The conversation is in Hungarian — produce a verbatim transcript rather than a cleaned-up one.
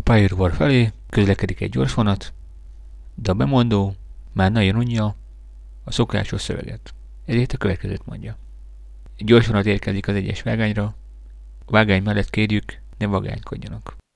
pályaudvar felé közlekedik egy gyorsvonat, de a bemondó már nagyon unja a szokásos szöveget. Ezért a következőt mondja. Egy gyorsvonat érkezik az egyes vágányra, a vágány mellett kérjük, ne vagánykodjanak.